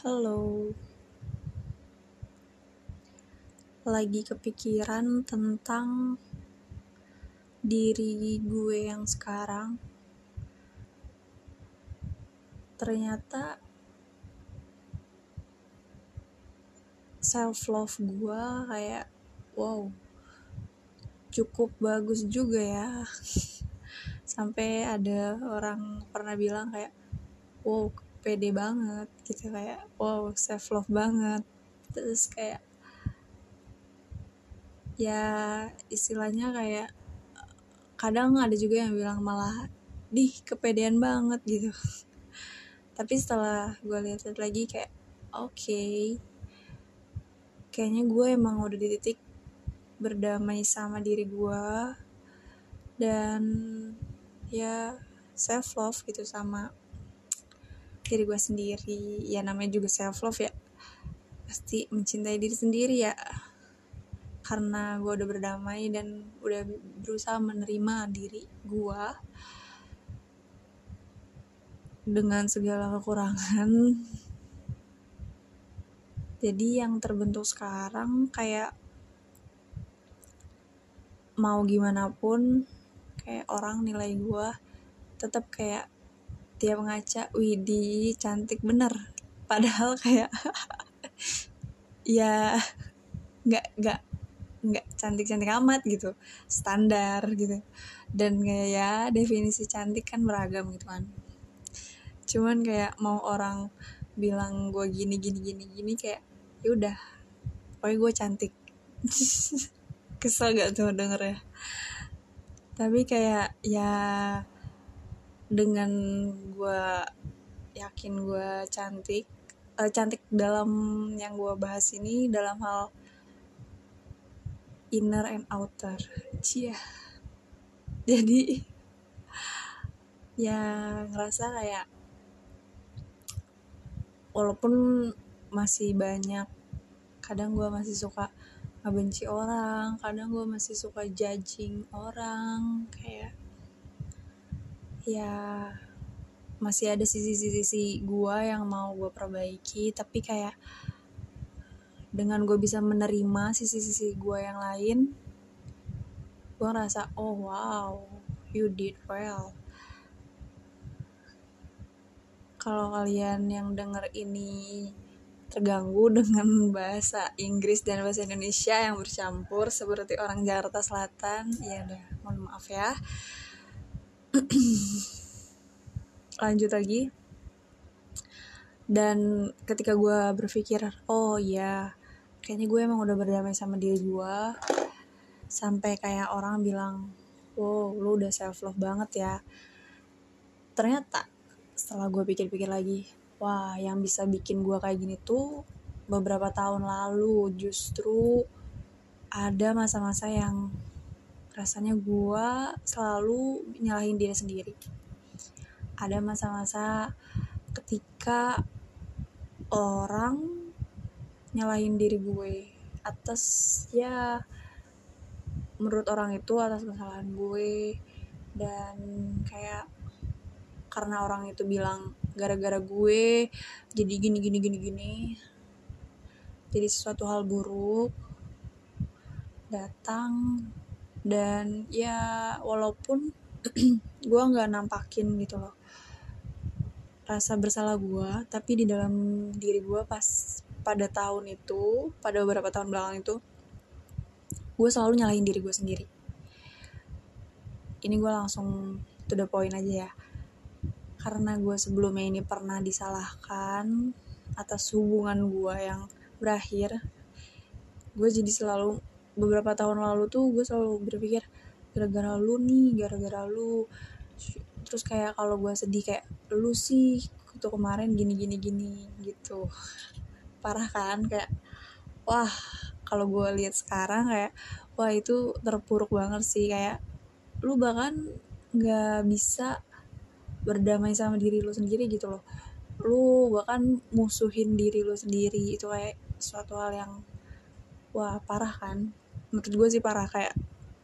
Halo, lagi kepikiran tentang diri gue yang sekarang. Ternyata self love gue kayak wow, cukup bagus juga ya. Sampai ada orang pernah bilang kayak wow, pede banget gitu, kayak wow, self love banget. Terus kayak ya istilahnya kayak kadang ada juga yang bilang malah kepedean banget gitu. Tapi setelah gue lihat lagi kayak oke, kayaknya gue emang udah di titik berdamai sama diri gue dan ya self love gitu sama diri gue sendiri. Ya namanya juga self love ya, pasti mencintai diri sendiri ya, karena gue udah berdamai dan udah berusaha menerima diri gue dengan segala kekurangan. Jadi yang terbentuk sekarang kayak mau gimana pun kayak orang nilai gue tetap kayak tiap ngaca, widih cantik bener, padahal kayak ya nggak cantik amat gitu, standar gitu. Dan kayak ya definisi cantik kan beragam gitu kan, cuman kayak mau orang bilang gue gini kayak ya udah pokoknya gue cantik. Kesel gak tuh denger ya? Tapi kayak ya dengan gue yakin gue cantik, cantik dalam yang gue bahas ini dalam hal inner and outer, cia. Jadi ya ngerasa kayak walaupun masih banyak, kadang gue masih suka ngebenci orang, kadang gue masih suka judging orang, kayak ya masih ada sisi-sisi gue yang mau gue perbaiki. Tapi kayak dengan gue bisa menerima sisi-sisi gue yang lain, gue ngerasa oh wow, you did well. Kalau kalian yang denger ini terganggu dengan bahasa Inggris dan bahasa Indonesia yang bercampur seperti orang Jakarta Selatan, ya udah mohon maaf ya. Lanjut lagi. Dan ketika gue berpikir oh iya, kayaknya gue emang udah berdamai sama diri gue, sampai kayak orang bilang wow, lu udah self love banget ya. Ternyata setelah gue pikir-pikir lagi, wah, yang bisa bikin gue kayak gini tuh beberapa tahun lalu justru ada masa-masa yang rasanya gue selalu nyalahin diri sendiri. Ada masa-masa ketika orang nyalahin diri gue atas ya menurut orang itu atas kesalahan gue, dan kayak karena orang itu bilang gara-gara gue jadi gini, jadi sesuatu hal buruk datang. Dan ya walaupun gue nggak nampakin gitu loh rasa bersalah gue, tapi di dalam diri gue pada beberapa tahun belakang itu gue selalu nyalahin diri gue sendiri. Ini gue langsung to the point aja ya, karena gue sebelumnya ini pernah disalahkan atas hubungan gue yang berakhir. Gue jadi selalu beberapa tahun lalu tuh gue selalu berpikir gara-gara lu, terus kayak kalau gue sedih kayak lu sih tuh kemarin gini gitu. Parah kan, kayak wah, kalau gue lihat sekarang kayak wah itu terpuruk banget sih. Kayak lu bahkan nggak bisa berdamai sama diri lu sendiri gitu loh. Lu bahkan musuhin diri lu sendiri, itu kayak suatu hal yang wah parah kan. Menurut gue sih parah, kayak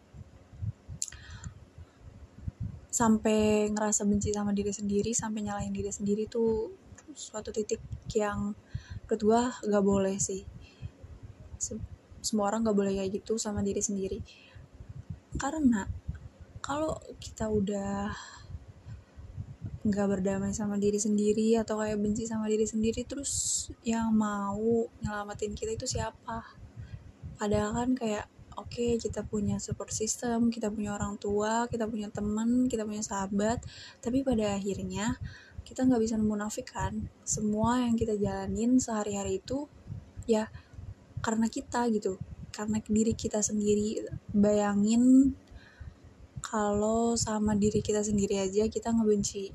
sampai ngerasa benci sama diri sendiri, sampai nyalahin diri sendiri tuh suatu titik yang menurut gue gak boleh sih. Semua orang gak boleh kayak gitu sama diri sendiri. Karena kalau kita udah gak berdamai sama diri sendiri atau kayak benci sama diri sendiri, terus yang mau nyelamatin kita itu siapa? Padahal kan kayak oke, kita punya support system, kita punya orang tua, kita punya teman, kita punya sahabat, tapi pada akhirnya kita gak bisa menafikan semua yang kita jalanin sehari-hari itu ya karena kita gitu, karena diri kita sendiri. Bayangin kalau sama diri kita sendiri aja kita ngebenci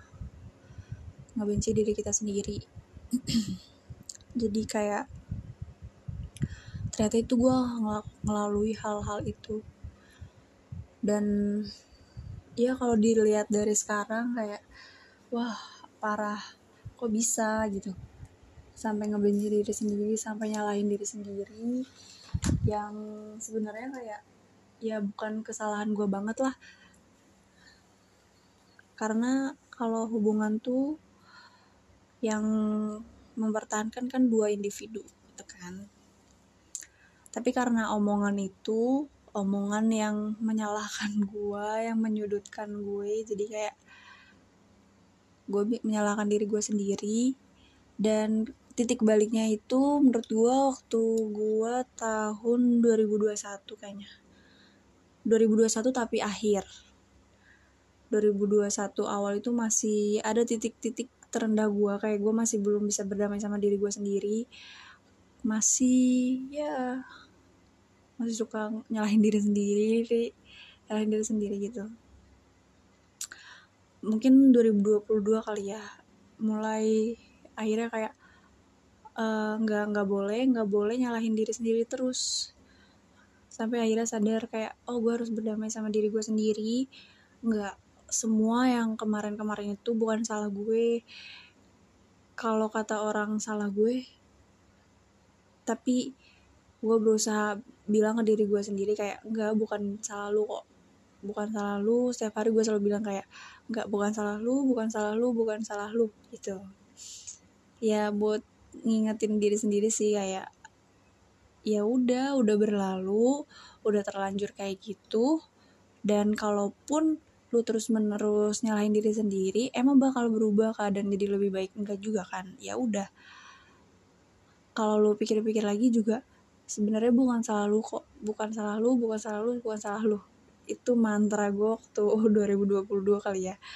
diri kita sendiri. Jadi kayak ternyata itu gue ngelalui hal-hal itu. Dan ya kalau dilihat dari sekarang kayak wah parah, kok bisa gitu sampai ngebenci diri sendiri, sampai nyalahin diri sendiri, yang sebenarnya kayak ya bukan kesalahan gue banget lah. Karena kalau hubungan tuh yang mempertahankan kan dua individu gitu kan. Tapi karena omongan itu, omongan yang menyalahkan gue, yang menyudutkan gue, jadi kayak gue menyalahkan diri gue sendiri. Dan titik baliknya itu menurut gue waktu gue tahun 2021 kayaknya. 2021 tapi akhir. 2021 awal itu masih ada titik-titik terendah gue, kayak gue masih belum bisa berdamai sama diri gue sendiri, masih suka nyalahin diri sendiri gitu. Mungkin 2022 kali ya, mulai akhirnya kayak nggak boleh nyalahin diri sendiri terus, sampai akhirnya sadar kayak gue harus berdamai sama diri gue sendiri. Nggak semua yang kemarin itu bukan salah gue. Kalau kata orang salah gue, tapi gue berusaha bilang ke diri gue sendiri kayak enggak, bukan salah lu kok, bukan salah lu. Setiap hari gue selalu bilang kayak enggak, bukan salah lu gitu ya, buat ngingetin diri sendiri sih kayak ya udah berlalu, udah terlanjur kayak gitu. Dan kalaupun lu terus menerus nyalahin diri sendiri, emang bakal berubah keadaan jadi lebih baik? Enggak juga kan. Ya udah, kalau lu pikir-pikir lagi juga sebenarnya bukan salah lu kok, bukan salah lu. Itu mantra gue waktu 2022 kali ya.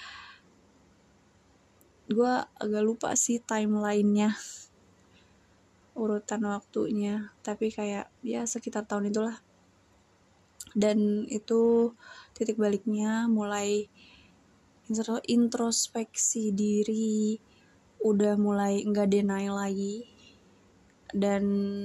Gue agak lupa sih timelinenya, urutan waktunya, tapi kayak ya sekitar tahun itulah. Dan itu titik baliknya, mulai introspeksi diri, udah mulai nggak denial lagi, dan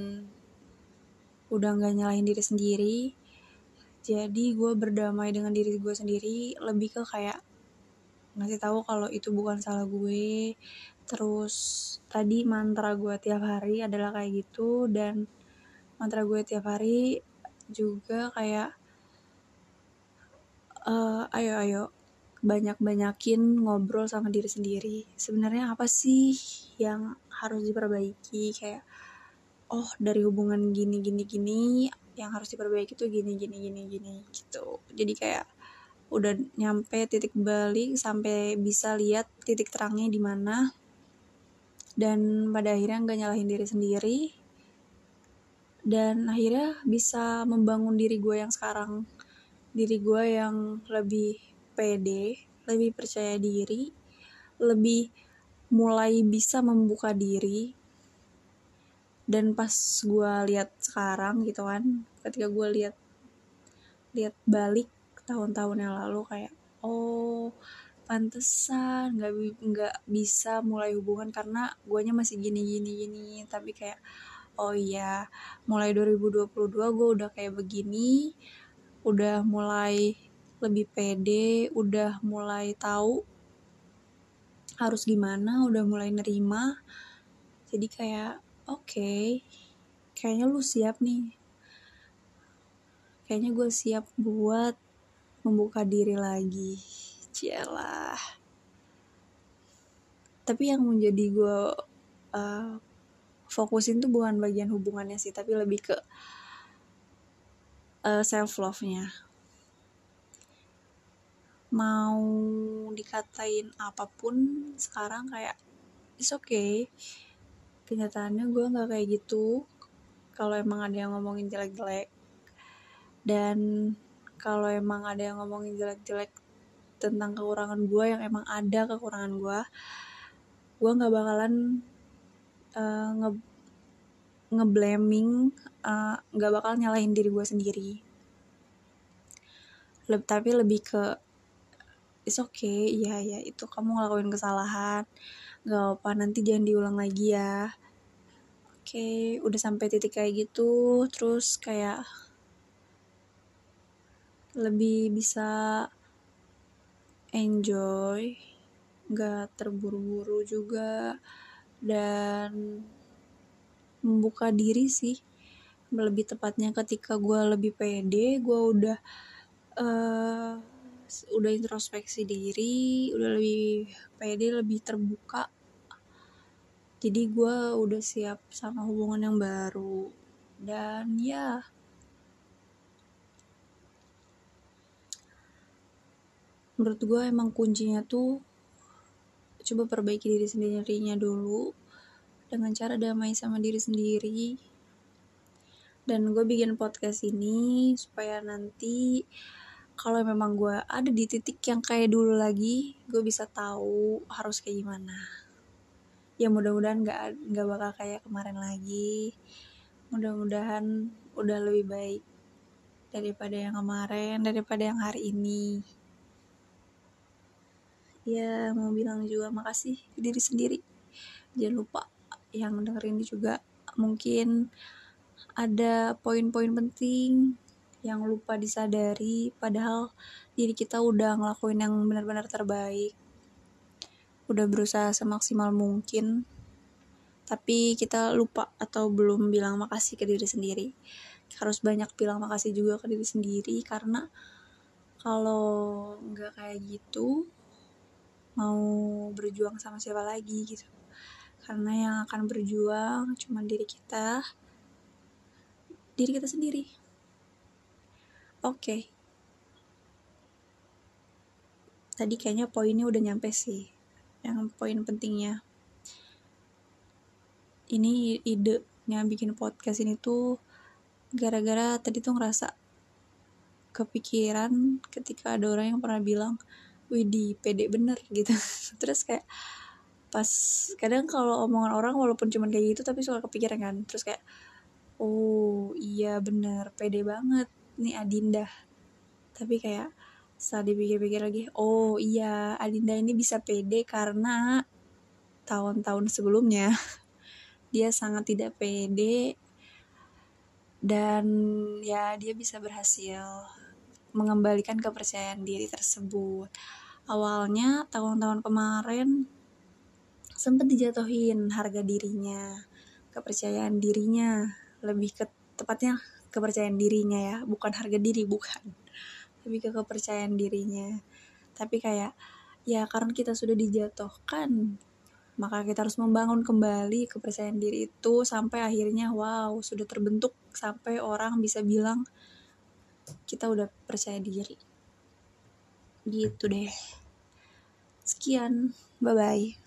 udah nggak nyalahin diri sendiri. Jadi gue berdamai dengan diri gue sendiri, lebih ke kayak ngasih tahu kalau itu bukan salah gue. Terus tadi mantra gue tiap hari adalah kayak gitu, dan mantra gue tiap hari juga kayak ayo banyakin ngobrol sama diri sendiri. Sebenarnya apa sih yang harus diperbaiki? Kayak dari hubungan gini yang harus diperbaiki tuh gini gitu. Jadi kayak udah nyampe titik balik, sampai bisa lihat titik terangnya di mana, dan pada akhirnya nggak nyalahin diri sendiri, dan akhirnya bisa membangun diri gue yang sekarang, diri gue yang lebih pede, lebih percaya diri, lebih mulai bisa membuka diri. Dan pas gue lihat sekarang gitu kan, ketika gue lihat balik tahun-tahun yang lalu, kayak pantesan nggak bisa mulai hubungan karena guanya masih gini. Tapi kayak iya, mulai 2022 gue udah kayak begini, udah mulai lebih pede, udah mulai tahu harus gimana, udah mulai nerima. Jadi kayak oke, kayaknya lu siap nih, kayaknya gue siap buat membuka diri lagi. Cialah. Tapi yang menjadi gue fokusin tuh bukan bagian hubungannya sih, tapi lebih ke self love-nya. Mau dikatain apapun sekarang kayak it's okay, kenyataannya gue nggak kayak gitu. Kalau emang ada yang ngomongin jelek-jelek, dan kalau emang ada yang ngomongin jelek-jelek tentang kekurangan gue, yang emang ada kekurangan gue nggak bakalan ngeblaming, nggak bakal nyalahin diri gue sendiri. Tapi lebih ke it's okay, iya itu kamu ngelakuin kesalahan, nggak apa, nanti jangan diulang lagi ya. Oke, udah sampai titik kayak gitu, terus kayak lebih bisa enjoy, nggak terburu-buru juga, dan membuka diri sih. Lebih tepatnya ketika gue lebih pede, gue udah introspeksi diri, udah lebih pede, lebih terbuka. Jadi gue udah siap sama hubungan yang baru. Dan ya, menurut gue emang kuncinya tuh coba perbaiki diri sendirinya dulu dengan cara damai sama diri sendiri. Dan gue bikin podcast ini supaya nanti kalau memang gue ada di titik yang kayak dulu lagi, gue bisa tahu harus kayak gimana. Ya mudah-mudahan nggak bakal kayak kemarin lagi. Mudah-mudahan udah lebih baik daripada yang kemarin, daripada yang hari ini. Ya mau bilang juga makasih ke diri sendiri. Jangan lupa yang dengerin juga mungkin ada poin-poin penting yang lupa disadari, padahal diri kita udah ngelakuin yang benar-benar terbaik, udah berusaha semaksimal mungkin, tapi kita lupa atau belum bilang makasih ke diri sendiri. Harus banyak bilang makasih juga ke diri sendiri, karena kalau nggak kayak gitu mau berjuang sama siapa lagi gitu, karena yang akan berjuang cuma diri kita sendiri. Oke. Tadi kayaknya poinnya udah nyampe sih. Yang poin pentingnya. Ini idenya bikin podcast ini tuh gara-gara tadi tuh ngerasa kepikiran ketika ada orang yang pernah bilang, "Widih, pede bener" gitu. Terus kayak pas kadang kalau omongan orang walaupun cuma kayak gitu tapi suka kepikiran kan. Terus kayak, oh iya bener, pede banget nih Adinda. Tapi kayak setelah dipikir-pikir lagi, oh iya Adinda ini bisa pede karena tahun-tahun sebelumnya dia sangat tidak pede, dan ya dia bisa berhasil mengembalikan kepercayaan diri tersebut. Awalnya tahun-tahun kemarin sempat dijatuhin harga dirinya, kepercayaan dirinya, lebih ke tepatnya kepercayaan dirinya ya, bukan harga diri, bukan, lebih ke kepercayaan dirinya. Tapi kayak ya karena kita sudah dijatuhkan, maka kita harus membangun kembali kepercayaan diri itu sampai akhirnya wow sudah terbentuk sampai orang bisa bilang kita udah percaya diri. Gitu deh. Sekian, bye bye.